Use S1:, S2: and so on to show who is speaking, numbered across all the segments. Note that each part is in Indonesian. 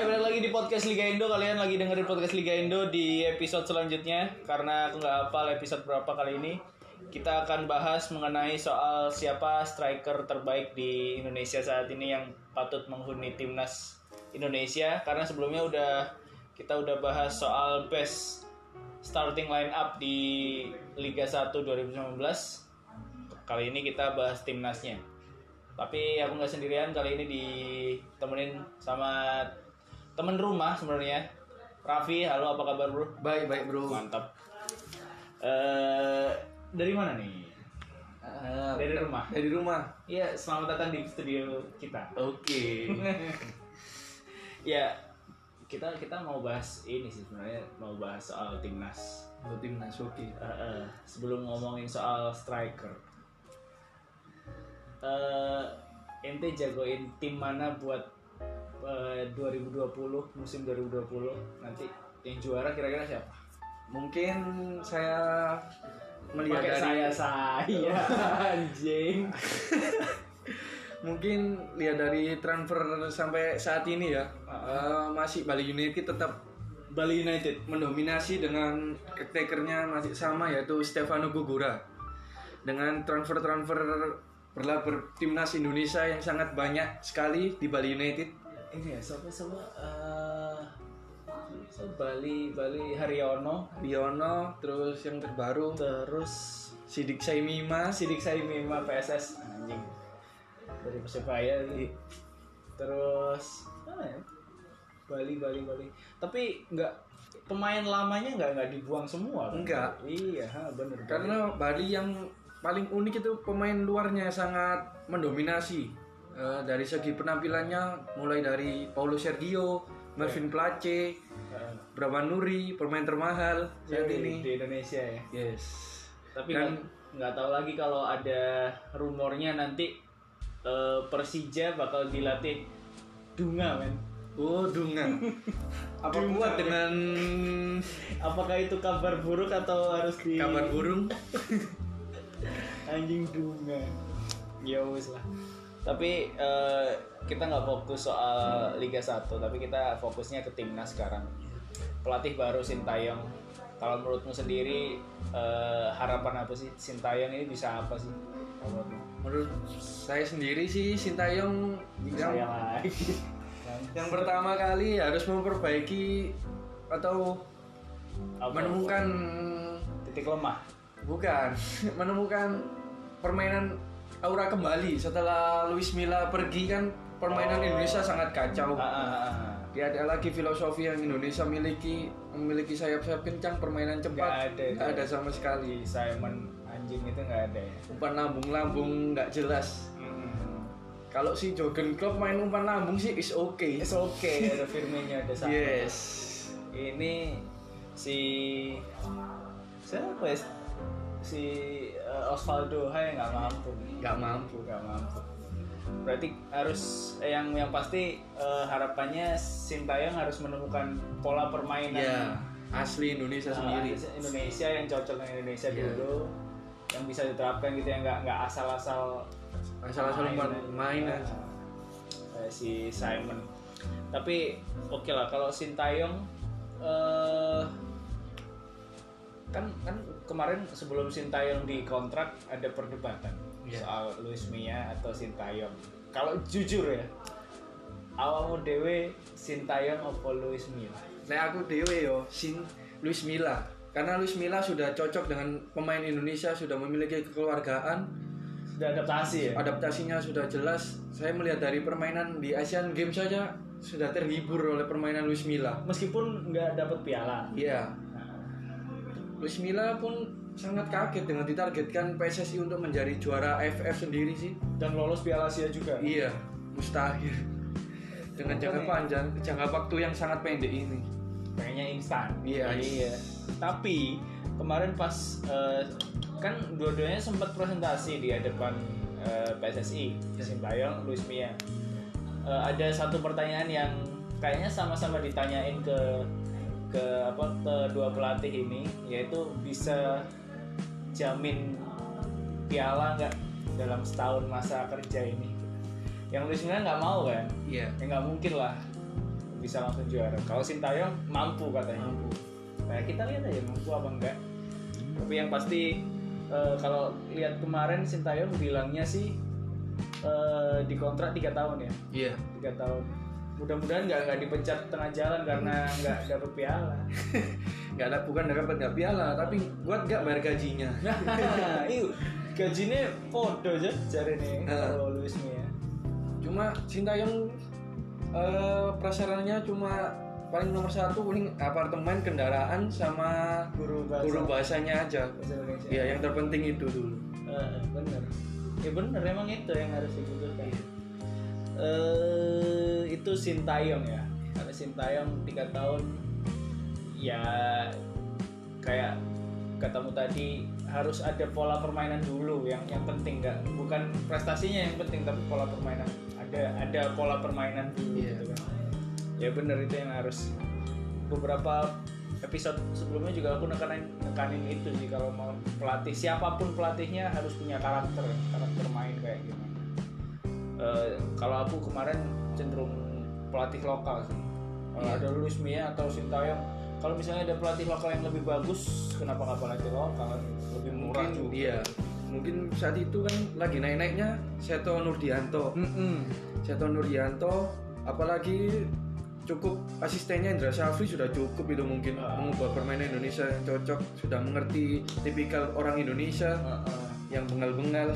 S1: Hai, balik lagi di podcast Liga Indo. Kalian lagi dengerin podcast Liga Indo di episode selanjutnya. Karena aku nggak hafal episode berapa kali ini. Kita akan bahas mengenai soal siapa striker terbaik di Indonesia saat ini yang patut menghuni timnas Indonesia. Karena sebelumnya kita udah bahas soal best starting line up di Liga 1 2019. Kali ini kita bahas timnasnya. Tapi aku nggak sendirian, kali ini ditemenin sama temen rumah sebenarnya. Raffi, halo, apa kabar bro?
S2: Baik bro.
S1: Mantap. Dari mana nih? Dari rumah.
S2: Dari rumah.
S1: Iya, selamat datang di studio kita.
S2: Oke.
S1: Ya, kita mau bahas ini sih sebenarnya, mau bahas soal timnas.
S2: Timnas, oke.
S1: Sebelum ngomongin soal striker, ente jagoin tim mana buat 2020, musim 2020 nanti yang juara kira-kira siapa?
S2: Mungkin saya melihat
S1: pakai
S2: dari
S1: saya anjing.
S2: Mungkin lihat dari transfer sampai saat ini ya, masih Bali United tetap
S1: Bali United
S2: mendominasi dengan caretaker-nya masih sama, yaitu Stefano Gugura. Dengan transfer berlaber timnas Indonesia yang sangat banyak sekali di Bali United.
S1: Ini ya, siapa Bali Haryono,
S2: terus yang terbaru
S1: terus
S2: Sidik Saimima
S1: PSS anjing dari Persebaya gitu. Terus mana ya? Bali. Tapi pemain lamanya nggak dibuang semua kan?
S2: Enggak.
S1: Iya, bener.
S2: Karena Bali yang paling unik itu pemain luarnya sangat mendominasi. Dari segi penampilannya, mulai dari Paulo Sergio, Marvin Place, Brawan Nuri, pemain termahal saat ini
S1: di Indonesia ya.
S2: Yes.
S1: Tapi nggak tahu lagi kalau ada rumornya nanti Persija bakal dilatih Dunga, men.
S2: Oh, Dunga. Apa kuat dengan
S1: apakah itu kabar buruk atau harus
S2: kabar burung?
S1: Anjing Dunga. Ya wis lah. Tapi kita nggak fokus soal Liga 1, tapi kita fokusnya ke timnas sekarang. Pelatih baru Sintayong. Kalau menurutmu sendiri harapan apa sih Sintayong ini bisa apa sih?
S2: Menurut saya sendiri sih Sintayong yang pertama kali harus memperbaiki atau menemukan
S1: titik lemah.
S2: Bukan, menemukan permainan aura kembali setelah Luis Milla pergi kan permainan Indonesia sangat kacau. Tidak ada lagi filosofi yang Indonesia memiliki sayap-sayap kencang, permainan cepat. Nggak ada sama sekali.
S1: Simon anjing itu nggak ada ya.
S2: Umpan lambung nggak jelas. Kalau si Jurgen Klopp main umpan lambung sih is okay.
S1: It's okay, ada Firmino, ada Salah.
S2: Yes.
S1: Ini siapa ya? Si Osvaldo Hai nggak mampu. Berarti harus yang pasti harapannya Sintayong harus menemukan pola permainan.
S2: Ya, asli Indonesia sendiri.
S1: Indonesia yang cocok dengan Indonesia dulu, yang bisa diterapkan gitu ya, nggak asal-asal main aja. Si Simon. Tapi oke lah kalau Sintayong kan kemarin sebelum Sintayong dikontrak ada perdebatan soal Luis Milla atau Sintayong. Kalau jujur ya, awalmu dewe Sintayong atau Luis Milla?
S2: Nah aku dewe yo Luis Milla, karena Luis Milla sudah cocok dengan pemain Indonesia, sudah memiliki kekeluargaan,
S1: sudah adaptasi ya.
S2: Adaptasinya sudah jelas. Saya melihat dari permainan di Asian Games saja sudah terhibur oleh permainan Luis Milla.
S1: Meskipun nggak dapat piala.
S2: Iya. Luis Milla pun sangat kaget dengan ditargetkan PSSI untuk menjadi juara AFF sendiri sih.
S1: Dan lolos Piala Asia juga.
S2: Iya, mustahil. Dengan jangka waktu yang sangat pendek ini.
S1: Pengennya instan.
S2: Iya.
S1: Tapi kemarin pas kan dua-duanya sempat presentasi di hadapan PSSI, Sintayong, Luis Milla. Ada satu pertanyaan yang kayaknya sama-sama ditanyain ke kedua pelatih ini, yaitu bisa jamin piala nggak dalam setahun masa kerja ini. Yang Luis Milla nggak mau kan?
S2: Iya.
S1: Ya nggak mungkin lah bisa langsung juara. Kalau Sintayong mampu katanya. Nah kita lihat aja mampu apa enggak. Tapi yang pasti kalau lihat kemarin Sintayong bilangnya sih dikontrak 3 tahun ya.
S2: Iya.
S1: 3 tahun. Mudah-mudahan nggak dipecat tengah jalan karena nggak dapet piala.
S2: Bukan dapat piala, tapi buat nggak bayar gajinya.
S1: Iya, gajinya podo aja cari nih kalau Luis Milla.
S2: Cuma Sintayong prasarannya cuma paling nomor 1 paling apartemen, kendaraan sama guru bahasanya aja. Iya, yang terpenting itu dulu.
S1: Bener. Ya bener, emang itu yang harus dibutuhkan. Itu Sintayong ya. Karena Sintayong 3 tahun ya kayak katamu tadi harus ada pola permainan dulu yang penting, bukan prestasinya yang penting tapi pola permainan, ada pola permainan dulu gitu kan. Ya benar, itu yang harus. Beberapa episode sebelumnya juga aku nekanin itu sih, kalau mau pelatih siapapun pelatihnya harus punya karakter main kayak gimana. Kalau aku kemarin cenderung pelatih lokal sih. Kalau ada Luis Milla atau Sintayong, kalau misalnya ada pelatih lokal yang lebih bagus, kenapa nggak pelatih lokal? Lebih murah juga.
S2: Iya. Mungkin saat itu kan lagi naik-naiknya Seto Nurdianto. Seto Nurdianto, apalagi cukup asistennya Indra Syafri sudah cukup itu mungkin mengubah permainan Indonesia yang cocok, sudah mengerti tipikal orang Indonesia yang bengal-bengal.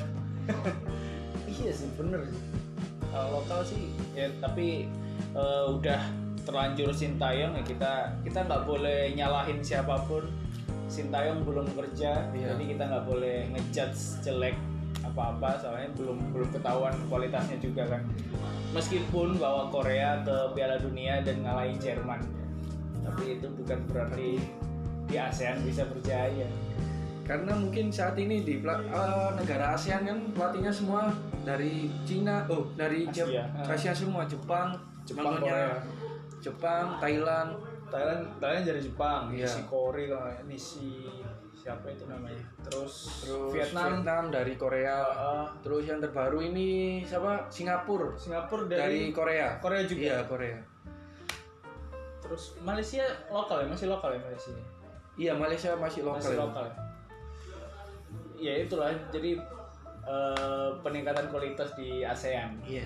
S1: Iya sih, bener sih. Lokal sih ya, tapi udah terlanjur Sintayong ya, kita nggak boleh nyalahin siapapun. Sintayong belum kerja, jadi kita nggak boleh ngejudge jelek apa-apa, soalnya belum ketahuan kualitasnya juga kan. Meskipun bawa Korea ke Piala Dunia dan ngalahin Jerman, tapi itu bukan berarti di ASEAN bisa berjaya.
S2: Karena mungkin saat ini di negara ASEAN kan pelatihnya semua dari Cina, dari Asia semua, Jepang, Korea. Jepang, Thailand dari Jepang, Nishikori, Nishi siapa itu namanya, terus Vietnam dari Korea, terus yang terbaru ini siapa, Singapura dari Korea juga. Iya, Korea.
S1: Terus Malaysia lokal ya, masih lokal ya Malaysia.
S2: Iya, Malaysia masih lokal.
S1: Ya itulah, jadi peningkatan kualitas di ASEAN.
S2: Iya.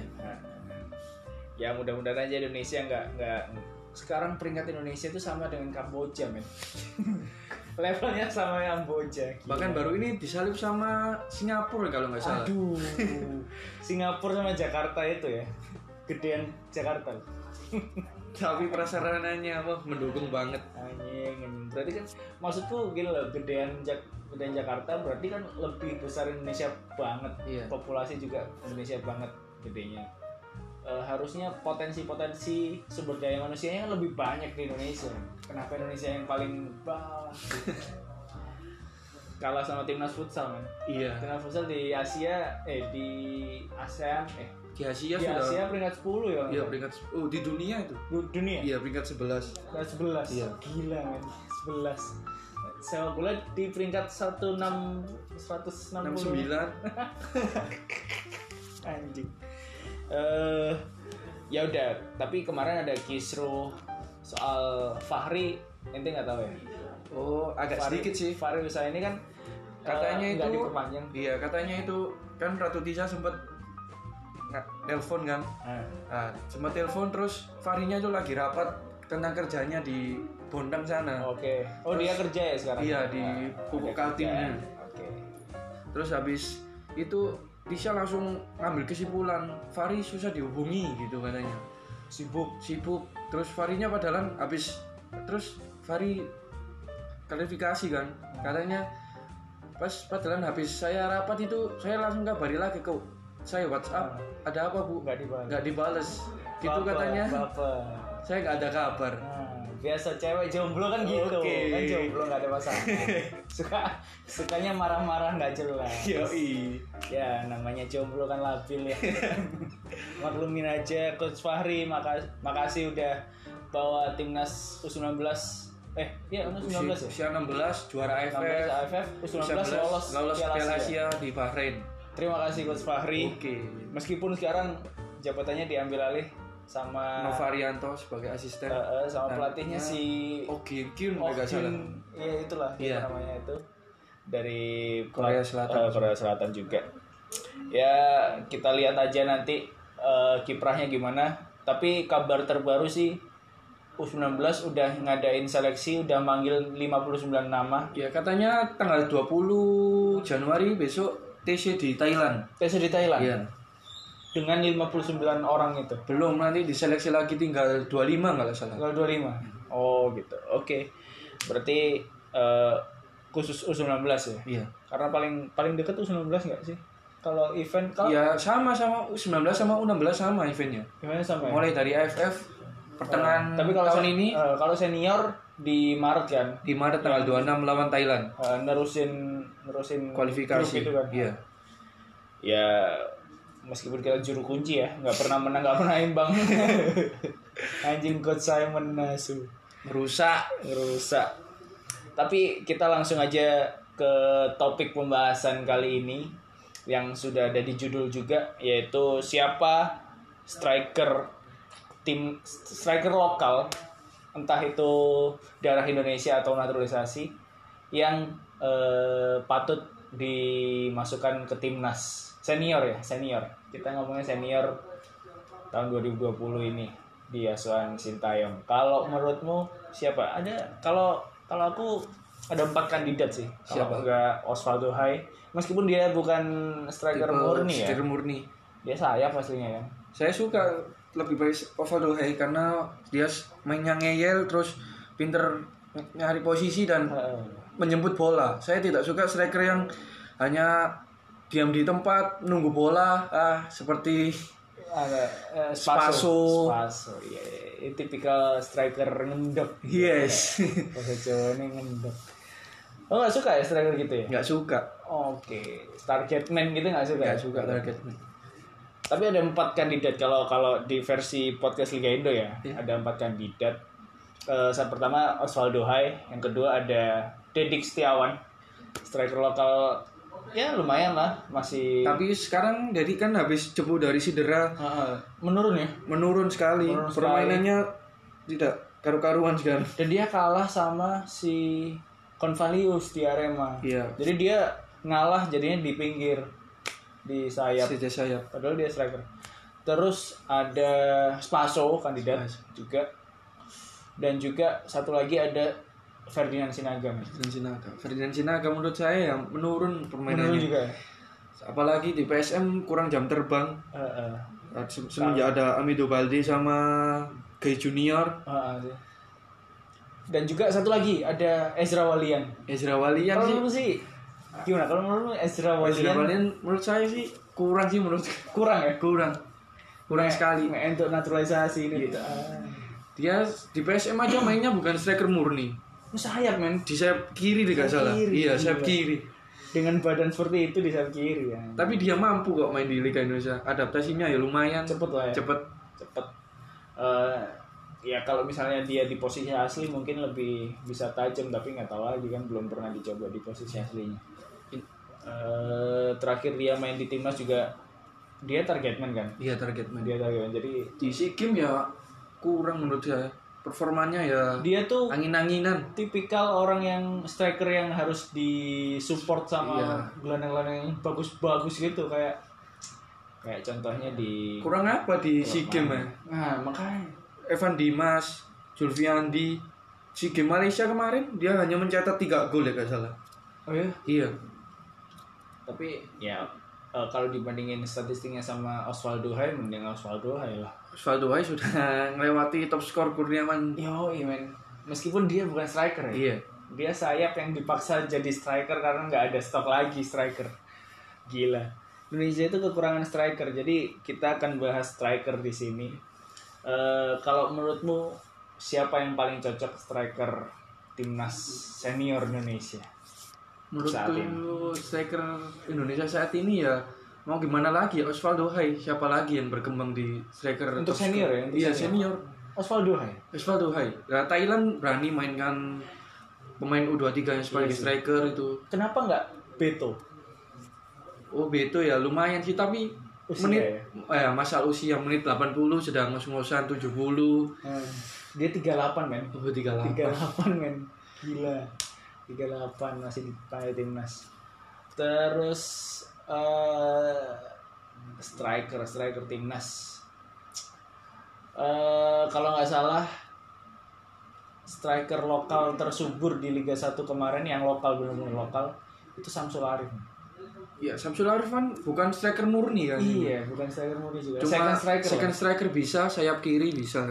S1: Ya mudah-mudahan aja Indonesia nggak sekarang peringkat Indonesia itu sama dengan Kamboja, men. Levelnya sama Kamboja.
S2: Bahkan baru ini disalip sama Singapura kalau nggak salah.
S1: Aduh. Singapura sama Jakarta itu ya. Gedean Jakarta.
S2: Tapi prasarananya mendukung banget.
S1: Anjing. Berarti kan maksudku gini loh, gedean Jakarta berarti kan lebih besar Indonesia banget. Iya. Populasi juga Indonesia banget gedenya. Harusnya potensi sumber daya manusianya kan lebih banyak di Indonesia. Kenapa Indonesia yang paling bawah? Kalah sama timnas futsal kan? Iya. Timnas futsal di Asia, di ASEAN,
S2: di Asia
S1: di
S2: sudah.
S1: Asia peringkat 10 ya?
S2: Iya, peringkat. Di dunia itu.
S1: Dunia?
S2: Iya, peringkat 11.
S1: Peringkat 11. Iya. Gila men, 11. Sepak bola di peringkat 169. Anjing. Ya udah, tapi kemarin ada kisruh soal Fahri, ente nggak tahu ya?
S2: Agak Fahri, sedikit sih.
S1: Fahri Usaha ini kan
S2: katanya itu
S1: nggak diperpanjang.
S2: Iya, katanya itu kan Ratu Tisha sempat telepon kan. Sempat telepon, terus Fahrinya itu lagi rapat tentang kerjanya di Bondang sana.
S1: Oke. Terus, dia kerja ya sekarang?
S2: Iya, di pupuk Kaltimnya.
S1: Oke.
S2: Terus habis itu Tisha langsung ngambil kesimpulan Fahri susah dihubungi gitu katanya, sibuk. Terus Fahrinya padahal habis, terus Fahri klarifikasi kan, katanya padahal habis saya rapat itu saya langsung kabari lagi ke saya WhatsApp, ada apa bu, nggak dibales gitu katanya. Saya nggak ada kabar.
S1: Biasa cewek jomblo kan gitu. Kan jomblo nggak ada masalah. Sukanya marah-marah nggak jelas.
S2: Yoi.
S1: Ya namanya jomblo kan labil ya. Maklumin aja Coach Fahri, makasih udah bawa timnas U19. U19 ya?
S2: Usia 16 juara AFF,
S1: U19 lolos
S2: Piala Asia di Bahrain.
S1: Terima kasih Coach Fahri.
S2: Oke.
S1: Meskipun sekarang jabatannya diambil alih sama
S2: Novarianto sebagai asisten.
S1: Sama pelatihnya si
S2: Kyun enggak salah.
S1: Iya itulah namanya itu. Dari
S2: Korea Selatan.
S1: Korea Selatan juga. Ya kita lihat aja nanti kiprahnya gimana. Tapi kabar terbaru sih U19 udah ngadain seleksi, udah manggil 59 nama.
S2: Ya katanya tanggal 20 Januari besok TC di Thailand.
S1: TC di Thailand?
S2: Iya.
S1: Dengan 59 orang itu?
S2: Belum, nanti diseleksi lagi tinggal 25 nggak salah.
S1: Tinggal 25? Oh gitu, oke. Berarti khusus U19 ya?
S2: Iya.
S1: Karena paling dekat U19 nggak sih? Kalau event
S2: ya sama U19 sama U16 sama eventnya.
S1: Eventnya sama ya?
S2: Mulai dari AFF pertengahan
S1: tapi kalau
S2: tahun ini.
S1: Kalau senior di Maret kan?
S2: Di Maret tanggal 26 melawan Thailand.
S1: Nerusin
S2: kualifikasi
S1: itu kan?
S2: Iya.
S1: Ya meskipun kita juru kunci ya, nggak pernah menang, nggak pernah imbang. Anjing Coach Simon Nasu. Merusak. Tapi kita langsung aja ke topik pembahasan kali ini yang sudah ada di judul juga, yaitu siapa striker lokal, entah itu daerah Indonesia atau naturalisasi, yang patut dimasukkan ke timnas senior ya, senior. Kita ngomongnya senior tahun 2020 ini di asuhan Sintayong. Kalau menurutmu siapa? Kalau aku ada 4 kandidat sih. Siapa? Enggak Osvaldo Hai. Meskipun dia bukan striker murni ya.
S2: Striker murni.
S1: Dia sayap aslinya kan.
S2: Saya suka lebih baik Osvaldo Hai karena dia mainnya ngeyel, terus pinter nyari posisi dan menjemput bola. Saya tidak suka striker yang hanya diam di tempat nunggu bola, seperti
S1: Spaso. Iya, tipikal striker ngendok.
S2: Yes.
S1: Bahasa Jawa ini ngendok. Oh nggak suka ya striker gitu ya?
S2: Nggak suka.
S1: Oke, target man gitu nggak suka?
S2: Nggak suka target man.
S1: Tapi ada 4 kandidat kalau di versi podcast Liga Indo ya, ada 4 kandidat. Saat pertama Osvaldo Hai, yang kedua ada Dedik Setiawan, striker lokal ya lumayan lah, masih.
S2: Tapi sekarang Dedik kan habis cepu dari cedera,
S1: menurun ya?
S2: Menurun sekali. Permainannya tidak karu-karuan sekarang.
S1: Dan dia kalah sama si Konvalius di Arema.
S2: Iya.
S1: Jadi dia ngalah jadinya di pinggir, di sayap. Padahal dia striker. Terus ada Spaso kandidat juga. Dan juga satu lagi ada Ferdinand Sinaga.
S2: Ferdinand Sinaga menurut saya yang menurun permainannya.
S1: Menurun juga.
S2: Apalagi di PSM kurang jam terbang. Semenjak ada Amido Balde sama Gay Junior.
S1: Dan juga satu lagi ada Ezra Walian. Kalau sih gimana? Kalau menurut Ezra Walian
S2: menurut saya sih kurang ya? Kurang sekali.
S1: Untuk naturalisasi ini.
S2: Dia di PSM aja mainnya bukan striker murni.
S1: Sayap men.
S2: Di sayap kiri tidak salah. Iya, sayap kiri.
S1: Dengan badan seperti itu di sayap kiri ya.
S2: Tapi dia mampu kok main di Liga Indonesia. Adaptasinya ya lumayan.
S1: Cepet lah ya. Cepet. Ya kalau misalnya dia di posisi asli mungkin lebih bisa tajam, tapi nggak tahu lagi kan, belum pernah dicoba di posisi aslinya. Terakhir dia main di timnas juga dia targetman kan?
S2: Iya targetman.
S1: Jadi
S2: di SEA Games ya kurang menurut saya. Performanya ya
S1: dia tuh
S2: angin-anginan.
S1: Tipikal orang yang striker yang harus disupport sama gelandang-gelandang yang bagus-bagus gitu, kayak contohnya di
S2: kurang apa di SEA Games ya?
S1: Nah makanya
S2: Evan Dimas, Julfiandi, SEA Games Malaysia kemarin dia hanya mencetak 3 gol ya, gak salah.
S1: Oh iya?
S2: Iya.
S1: Tapi ya kalau dibandingin statistiknya sama Osvaldo Hai, mending Osvaldo Hai lah.
S2: Osvaldo Hai sudah melewati top skor Kurniawan.
S1: Men. Meskipun dia bukan striker ya.
S2: Iya.
S1: Dia sayap yang dipaksa jadi striker karena nggak ada stok lagi striker. Gila. Indonesia itu kekurangan striker. Jadi kita akan bahas striker di sini. Kalau menurutmu siapa yang paling cocok striker timnas senior Indonesia?
S2: Menurutku striker Indonesia saat ini ya mau gimana lagi, Osvaldo Hai. Siapa lagi yang berkembang di striker
S1: untuk senior ya?
S2: Iya senior.
S1: Osvaldo Hai.
S2: Nah, Thailand berani mainkan pemain U23 yang sebagai striker itu.
S1: Kenapa nggak Beto?
S2: Oh Beto ya lumayan sih, tapi menit masalah usia menit 80 sedang ngos-ngosan 70.
S1: Dia 38 men.
S2: Oh, 38
S1: men. Gila. 38 masih dipanggil timnas. Terus striker timnas. Kalau nggak salah striker lokal tersubur di Liga 1 kemarin yang lokal, benar-benar lokal, itu Samsul Arif.
S2: Iya, Samsul Arif kan bukan striker murni kan?
S1: Iya, bukan striker murni juga.
S2: Cuma second striker bisa, sayap kiri bisa.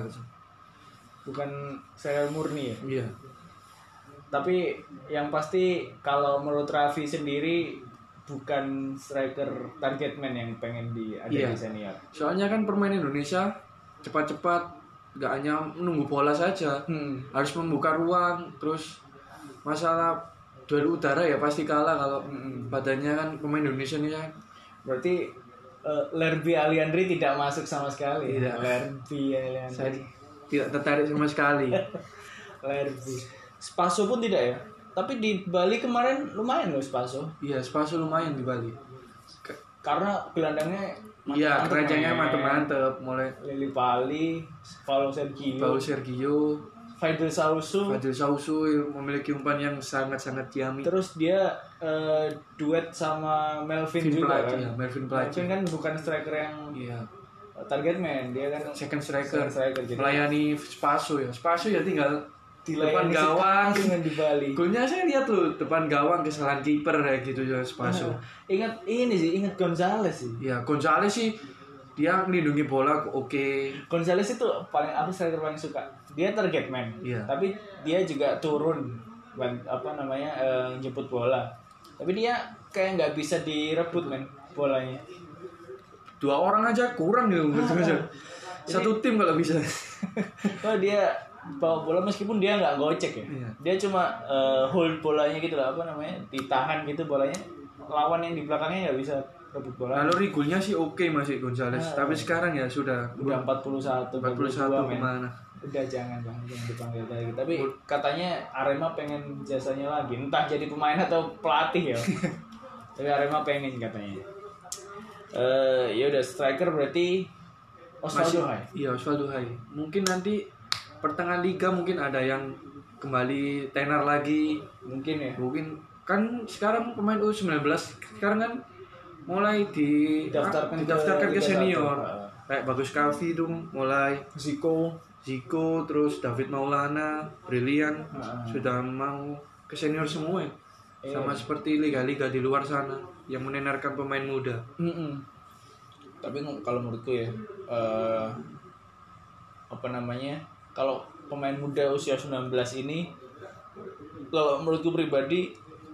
S1: Bukan striker murni ya?
S2: Iya.
S1: Tapi yang pasti kalau menurut Raffi sendiri bukan striker target man yang pengen ada di senior.
S2: Soalnya kan permainan Indonesia cepat-cepat, nggak hanya menunggu bola saja, harus membuka ruang. Terus masalah duel udara ya pasti kalah kalau badannya kan pemain Indonesia nih ya.
S1: Berarti Lerby Aliandri tidak masuk sama sekali.
S2: Tidak.
S1: Lerby Aliandri.
S2: Saya tidak tertarik sama sekali.
S1: Lerby. Spaso pun tidak ya. Tapi di Bali kemarin lumayan loh Spaso.
S2: Iya, Spaso lumayan di Bali.
S1: Karena gelandangnya
S2: iya, keranjangnya mantep-mantep. Mulai
S1: Lili Pali, Paulo Sergio, Fadil Sausu
S2: memiliki umpan yang sangat-sangat ciamik.
S1: Terus dia duet sama Melvin juga kan.
S2: Ya, Melvin
S1: kan bukan striker yang target man, dia kan
S2: second striker
S1: jadi
S2: melayani Spaso ya tinggal
S1: di
S2: depan gawang
S1: dengan di Bali.
S2: Golnya saya lihat tuh depan gawang kesalahan kiper kayak gitu ya Spaso.
S1: Ingat Gonzales sih.
S2: Ya, Gonzales sih dia melindungi bola oke.
S1: Gonzales itu aku striker paling suka. Dia target man.
S2: Iya.
S1: Tapi dia juga turun jemput bola. Tapi dia kayak nggak bisa direbut men bolanya.
S2: 2 orang aja kurang gitu. Satu tim kalau bisa.
S1: Oh, dia bawa bola meskipun dia nggak gocek ya.
S2: Iya.
S1: Dia cuma hold bolanya gitu lah, ditahan gitu bolanya. Lawan yang di belakangnya nggak bisa rebut bola.
S2: Kalau rigulnya sih oke masih Gonzales, tapi sekarang ya udah
S1: 41
S2: kemana?
S1: Udah jangan dipanggil lagi. Tapi katanya Arema pengen jasanya lagi, entah jadi pemain atau pelatih ya. Tapi Arema pengen katanya. Ya udah striker berarti Osvaldo Hai.
S2: Iya, Osvaldo Hai. Mungkin nanti pertengahan liga mungkin ada yang kembali tenar lagi.
S1: Mungkin
S2: kan sekarang pemain U19 sekarang kan mulai didaftarkan ke senior. Kayak Bagus Kavi dong mulai Ziko terus David Maulana, Brilian sudah mau ke senior semua ya. Sama seperti liga-liga di luar sana yang menenarkan pemain muda.
S1: Tapi kalau menurutku ya kalau pemain muda usia 19 ini, kalau menurutku pribadi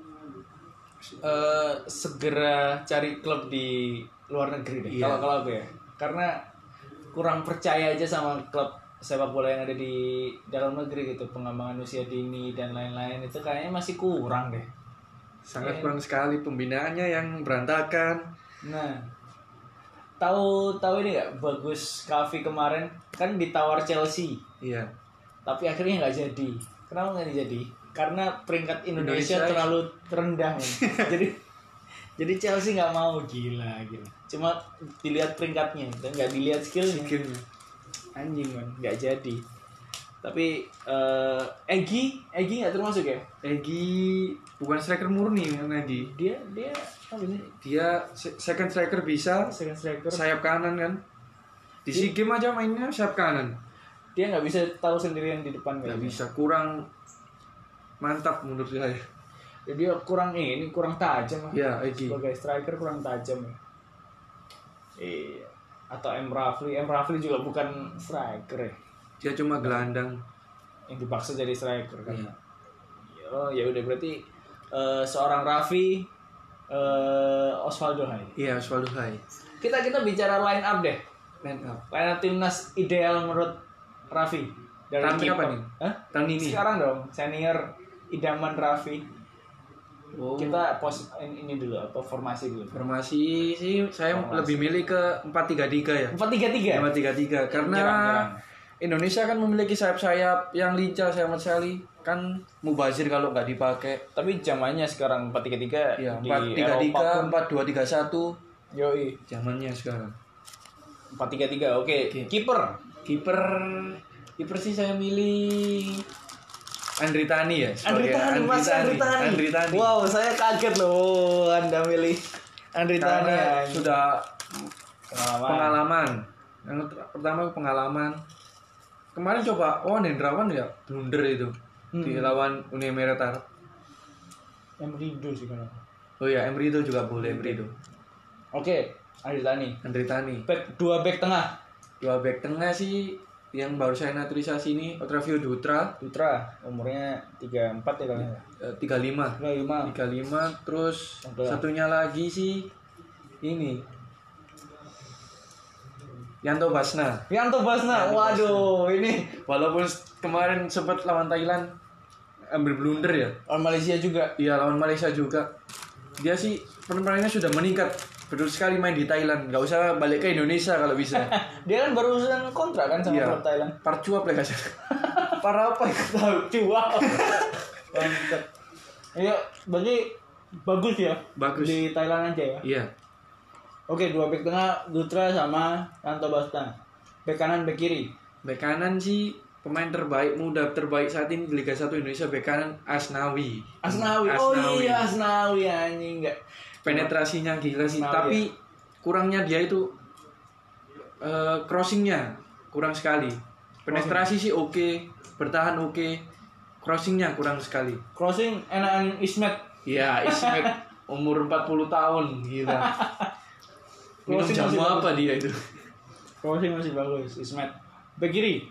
S1: segera cari klub di luar negeri deh. Kalau aku ya, karena kurang percaya aja sama klub sepak bola yang ada di dalam negeri gitu. Pengembangan usia dini dan lain-lain itu kayaknya masih kurang deh.
S2: Sangat kurang sekali, pembinaannya yang berantakan.
S1: Nah, tahu ini nggak, Bagus Kavi kemarin kan ditawar Chelsea.
S2: Iya.
S1: Tapi akhirnya nggak jadi. Kenapa nggak jadi? Karena peringkat Indonesia terlalu rendah, man. jadi Chelsea nggak mau. Gila. Cuma dilihat peringkatnya, dan nggak dilihat skillnya. Anjing man, nggak jadi. Tapi Egy nggak termasuk ya?
S2: Egy bukan striker murni kan Egy.
S1: Dia apa sih?
S2: Dia second striker bisa.
S1: Second striker.
S2: Sayap kanan kan. Di SEA Games aja mainnya sayap kanan.
S1: Dia nggak bisa tahu sendirian di depan
S2: nggak bisa, kurang mantap menurut saya.
S1: Ya, dia kurang tajam lah.
S2: Ya, Egy.
S1: Sebagai striker kurang tajam ya. Iya. Atau M. Rafli juga bukan striker ya.
S2: Dia cuma gelandang
S1: yang dipaksa jadi striker kan. Iya. Oh ya udah berarti seorang Raffi, Osvaldo Hai.
S2: Iya, Osvaldo Hai.
S1: Kita bicara line up deh.
S2: Line up
S1: timnas ideal menurut Raffi dari
S2: tahun apa nih? Tahun ini.
S1: Sekarang dong, senior idaman Raffi.
S2: Oh.
S1: Kita ini dulu formasi dulu.
S2: Formasi sih saya lebih milih ke 4-3-3 ya.
S1: 4-3-3.
S2: Karena Nyerang. Indonesia kan memiliki sayap-sayap yang lincah sangat sekali. Kan mubazir kalau nggak dipakai.
S1: Tapi zamannya sekarang 4-3-3
S2: ya,
S1: di
S2: 4-3-3, 4-2-3-1.
S1: Yoi.
S2: Zamannya sekarang.
S1: 4-3-3. Oke.
S2: Kiper sih saya milih Andri Tani ya.
S1: Andri Tani. Wow, saya kaget loh Anda milih Andri Tani.
S2: Sudah pengalaman. Yang pertama pengalaman. Kemarin coba Hendrawan ya blunder itu di lawan Uni Emirat Arab.
S1: Emre Rido sih kan.
S2: Oh ya, Emre Rido juga boleh, Emre Rido.
S1: Oke, Andri Tani.
S2: Dua back tengah sih yang baru saya naturalisasi ini Otavio Dutra,
S1: umurnya 34 ya kan?
S2: 35. Terus satunya lagi sih ini Yanto Basna.
S1: Waduh, ini
S2: walaupun kemarin sempat lawan Thailand ambil blunder ya.
S1: Lawan Malaysia juga.
S2: Iya, lawan Malaysia juga. Dia sih permainannya sudah meningkat. Betul sekali main di Thailand. Gak usah balik ke Indonesia kalau bisa.
S1: Dia kan baru urusan kontrak kan sama klub Thailand.
S2: Parcuap lah kasih.
S1: Para apa ya? Cuap. Mantap. Iya, berarti bagus ya.
S2: Bagus.
S1: Di Thailand aja ya.
S2: Iya.
S1: Oke, 2 bek tengah Dutra sama Yanto Basna. Bek kanan, bek kiri.
S2: Bek kanan sih pemain muda terbaik saat ini di Liga 1 Indonesia, bek kanan Asnawi.
S1: Oh iya, Asnawi anjing enggak.
S2: Penetrasinya gila sih, tapi kurangnya dia itu crossingnya kurang sekali. Penetrasi sih oke, bertahan oke, crossingnya kurang sekali.
S1: Crossing enakan Ismet.
S2: Iya, Ismet umur 40 tahun, gila. Minum jamu apa dia itu?
S1: Crossing masih bagus, Ismet. Bek kiri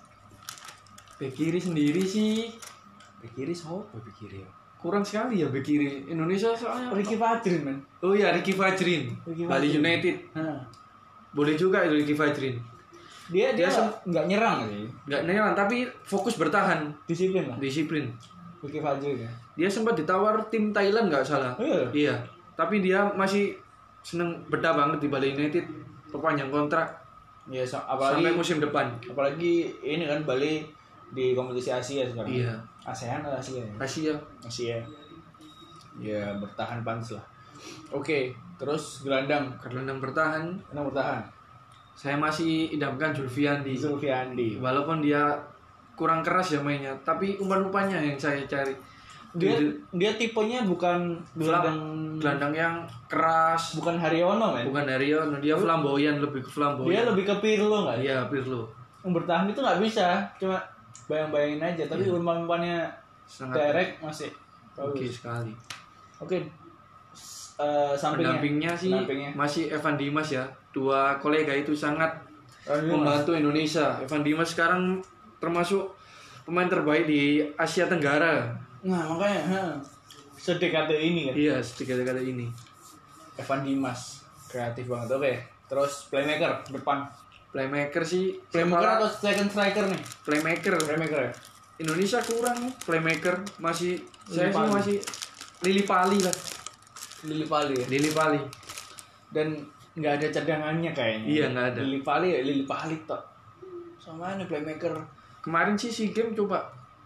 S2: sendiri sih.
S1: Bek kiri siapa bek kiri?
S2: Kurang sekali ya bek kiri Indonesia soalnya.
S1: Ricky Fajrin man.
S2: Oh iya, Ricky Fajrin. Bali United. Boleh juga itu Ricky Fajrin.
S1: Dia nggak nyerang sih.
S2: Nggak nyerang tapi fokus bertahan.
S1: Disiplin. Ricky Fajrin ya.
S2: Dia sempat ditawar tim Thailand nggak salah. Iya. Tapi dia masih seneng betah banget di Bali United, perpanjang kontrak.
S1: Iya, apalagi
S2: sampai musim depan.
S1: Apalagi ini kan Bali di kompetisi Asia sekarang.
S2: Iya.
S1: ASEAN atau Asia? Asia. Ya bertahan pantas lah. Oke, terus gelandang
S2: bertahan. Saya masih idamkan Julfiandi. Walaupun dia kurang keras ya mainnya, tapi umpan-umpannya yang saya cari.
S1: Dia tipenya bukan
S2: gelandang yang keras,
S1: bukan Haryono kan?
S2: Bukan Haryono, dia flamboyan, lebih ke flamboyan.
S1: Dia lebih ke Pirlo kan?
S2: Iya, Pirlo.
S1: Bertahan itu nggak bisa, cuma bayang-bayangin aja, tapi umpan-umpannya direct masih
S2: oke sekali.
S1: Oke. Pendampingnya
S2: masih Evan Dimas ya. Dua kolega itu sangat membantu Indonesia. Evan Dimas sekarang termasuk pemain terbaik di Asia Tenggara.
S1: Nah makanya sedekade ini kan.
S2: Iya, sedekade ini.
S1: Evan Dimas kreatif banget. Oke, terus playmaker depan.
S2: Playmaker
S1: atau second striker nih?
S2: Playmaker ya. Indonesia kurang playmaker, masih Lili Pali lah.
S1: Lili Pali. Dan nggak ada cadangannya kayaknya.
S2: Iya, nggak ada.
S1: Lili Pali tok. Sama nih playmaker.
S2: Kemarin sih si game coba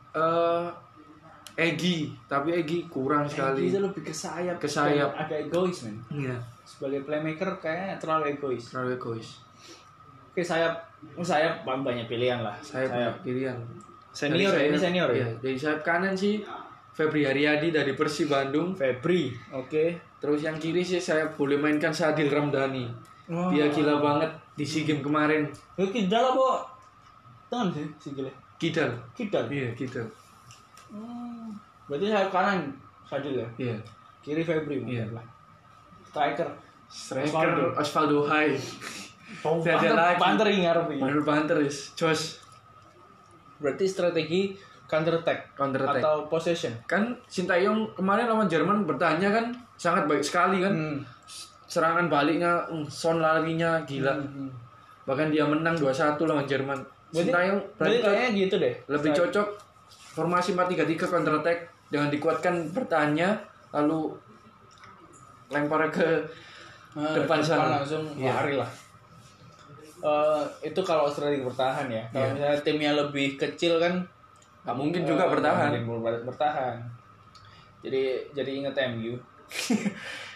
S2: Egy, tapi Egy kurang sekali.
S1: Egy lebih ke sayap. Agak egois men.
S2: Iya.
S1: Sebagai playmaker kayaknya terlalu egois. Oke, sayap banyak pilihan lah.
S2: Sayap pilihan.
S1: Senior ya?
S2: Iya, dari sayap kanan sih Febri Haryadi dari Persib Bandung.
S1: Oke.
S2: Terus yang kiri sih saya boleh mainkan Sadil Ramdhani. Dia gila banget di SEA Games kemarin.
S1: Kidal apa? Tangan sih Sigil.
S2: Kidal.
S1: Iya,
S2: Kidal.
S1: Berarti sayap kanan Sadil ya?
S2: Iya.
S1: Kiri Febri.
S2: Iya.
S1: Striker
S2: Osvaldo Hai.
S1: Banter ngarep.
S2: Banter is. Jos.
S1: Berarti strategi counter attack atau possession.
S2: Kan Sintayong kemarin lawan Jerman bertahannya kan sangat baik sekali kan. Serangan baliknya, son larinya gila. Bahkan dia menang 2-1 lawan Jerman. Sintayong
S1: berarti kayaknya gitu deh.
S2: Lebih cocok formasi 4-3-3 counter attack dengan dikuatkan bertahannya lalu lempar ke depan sana
S1: langsung lari lah. Itu kalau strategi bertahan ya. Kalau misalnya timnya lebih kecil kan
S2: nggak mungkin juga bertahan.
S1: Jadi inget MU.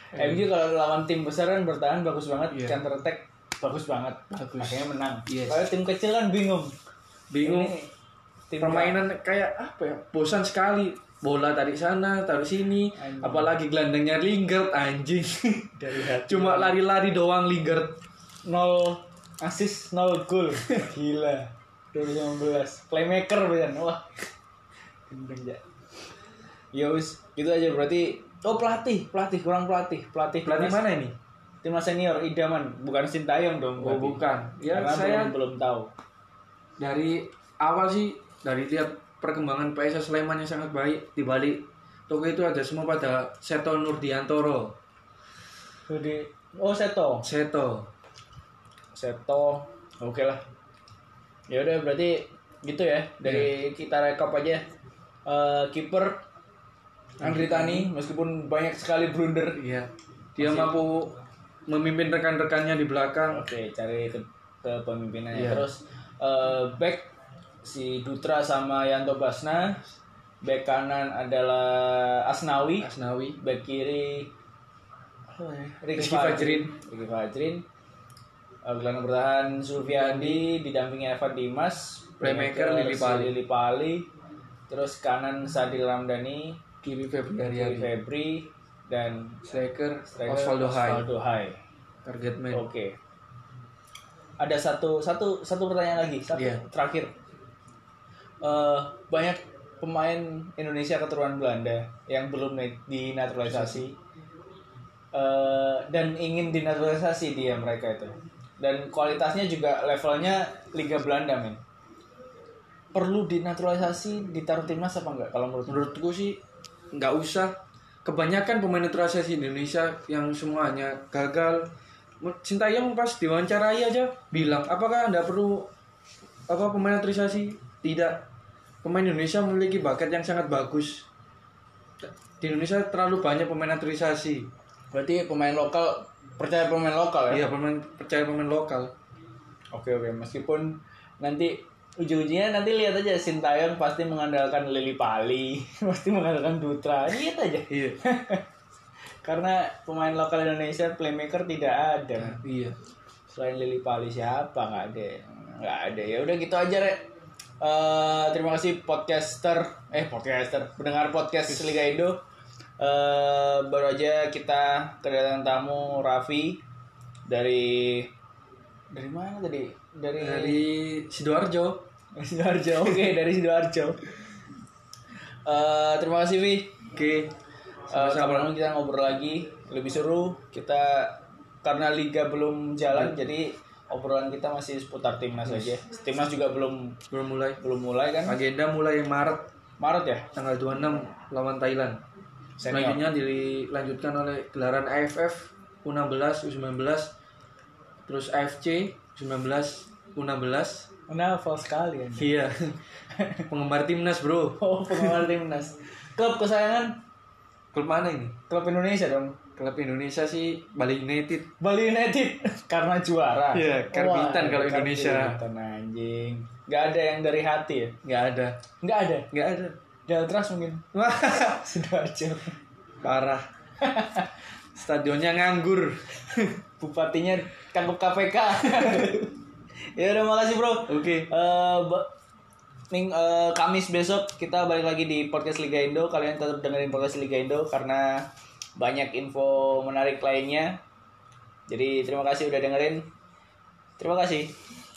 S1: MU kalau lawan tim besar kan bertahan bagus banget,
S2: Iya.
S1: counter attack bagus banget.
S2: Bagus.
S1: Akhirnya menang.
S2: Yes.
S1: Kalau tim kecil kan bingung. Ini tim
S2: Permainan kayak apa ya? Bosan sekali. Bola tarik sana, tarik sini.
S1: Anjing.
S2: Apalagi gelandangnya Lingard anjing.
S1: dari hati.
S2: Cuma lari-lari doang Lingard.
S1: 0 assist 0 gol. Gila. 2019. Playmaker bener. Wah. Gendeng ya. Ya wis, gitu aja berarti. Oh, pelatih kurang pelatih. Pelatih
S2: Mana ini?
S1: Timnas senior idaman, bukan Sintayong dong.
S2: Oh,
S1: berarti.
S2: bukan. Ya
S1: Karena
S2: saya
S1: belum tahu.
S2: dari awal sih dari lihat perkembangan PSS Sleman yang sangat baik, di balik toko itu ada semua pada Seto Nurdiantoro.
S1: Jadi Seto. Oke lah. Ya udah berarti gitu ya. Dari kita rekap aja. Kiper Andri Tani meskipun banyak sekali blunder.
S2: Iya. Dia mampu memimpin rekan-rekannya di belakang.
S1: Oke, cari ke pemimpinannya.
S2: Iya.
S1: Terus back si Dutra sama Yanto Basna. Back kanan adalah Asnawi. Back kiri Ricky Fajrin. Gelandang bertahan Sulfiandi didampingi Evan Dimas.
S2: Playmaker
S1: Lili Pali. Terus kanan Sadil Ramdhani,
S2: Kiri Febri
S1: Febri dan
S2: striker
S1: Osvaldo
S2: Osvaldo
S1: Hai.
S2: target man.
S1: Oke. Ada satu pertanyaan lagi,
S2: Iya.
S1: terakhir. Banyak pemain Indonesia keturunan Belanda yang belum dinaturalisasi dan ingin dinaturalisasi mereka itu. Dan kualitasnya juga levelnya Liga Belanda, men. Perlu dinaturalisasi, ditaruh timnas apa enggak kalau
S2: Menurutku sih nggak usah. Kebanyakan pemain naturalisasi Indonesia yang semuanya gagal. Sintayong pas diwawancarai aja bilang, apakah Anda perlu pemain naturalisasi? Tidak. Pemain Indonesia memiliki bakat yang sangat bagus. Di Indonesia terlalu banyak pemain naturalisasi.
S1: Berarti pemain lokal, percaya pemain lokal ya?
S2: Iya, percaya pemain lokal.
S1: Oke, meskipun nanti ujung-ujungnya nanti lihat aja Sintayong pasti mengandalkan Lili Pali, pasti mengandalkan Dutra, lihat aja.
S2: Iya.
S1: Karena pemain lokal Indonesia playmaker tidak ada.
S2: Iya.
S1: Selain Lili Pali siapa? Nggak ada. Ya udah gitu aja, Rek. Terima kasih podcaster, pendengar podcast Liga Indo. Baru aja kita kedatangan tamu Raffi dari mana tadi?
S2: Dari Sidoarjo.
S1: Oke, dari Sidoarjo. Terima kasih, Vi.
S2: Oke.
S1: Kapan kita ngobrol lagi lebih seru. Kita karena liga belum jalan, jadi obrolan kita masih seputar timnas aja. Timnas juga belum mulai kan?
S2: Agenda mulai Maret
S1: ya?
S2: Tanggal 26 lawan Thailand. Selanjutnya dilanjutkan oleh gelaran AFF U16, U19, terus AFC U19, U16.
S1: Hafal sekali ya.
S2: Iya. Penggemar timnas, Bro.
S1: Oh, penggemar timnas. Klub kesayangan?
S2: Klub mana ini?
S1: Klub Indonesia dong.
S2: Klub Indonesia sih Bali United.
S1: Karena juara.
S2: Iya, karbitan kalau Indonesia.
S1: Karbitan anjing. Gak ada yang dari hati ya? Gak ada. Deltras mungkin. Sidoarjo.
S2: Parah. Stadionnya nganggur.
S1: Bupatinya tangkap KPK. Ya udah, makasih bro.
S2: Oke.
S1: Kamis besok kita balik lagi di podcast Liga Indo. Kalian tetap dengerin podcast Liga Indo karena banyak info menarik lainnya. Jadi terima kasih udah dengerin. Terima kasih.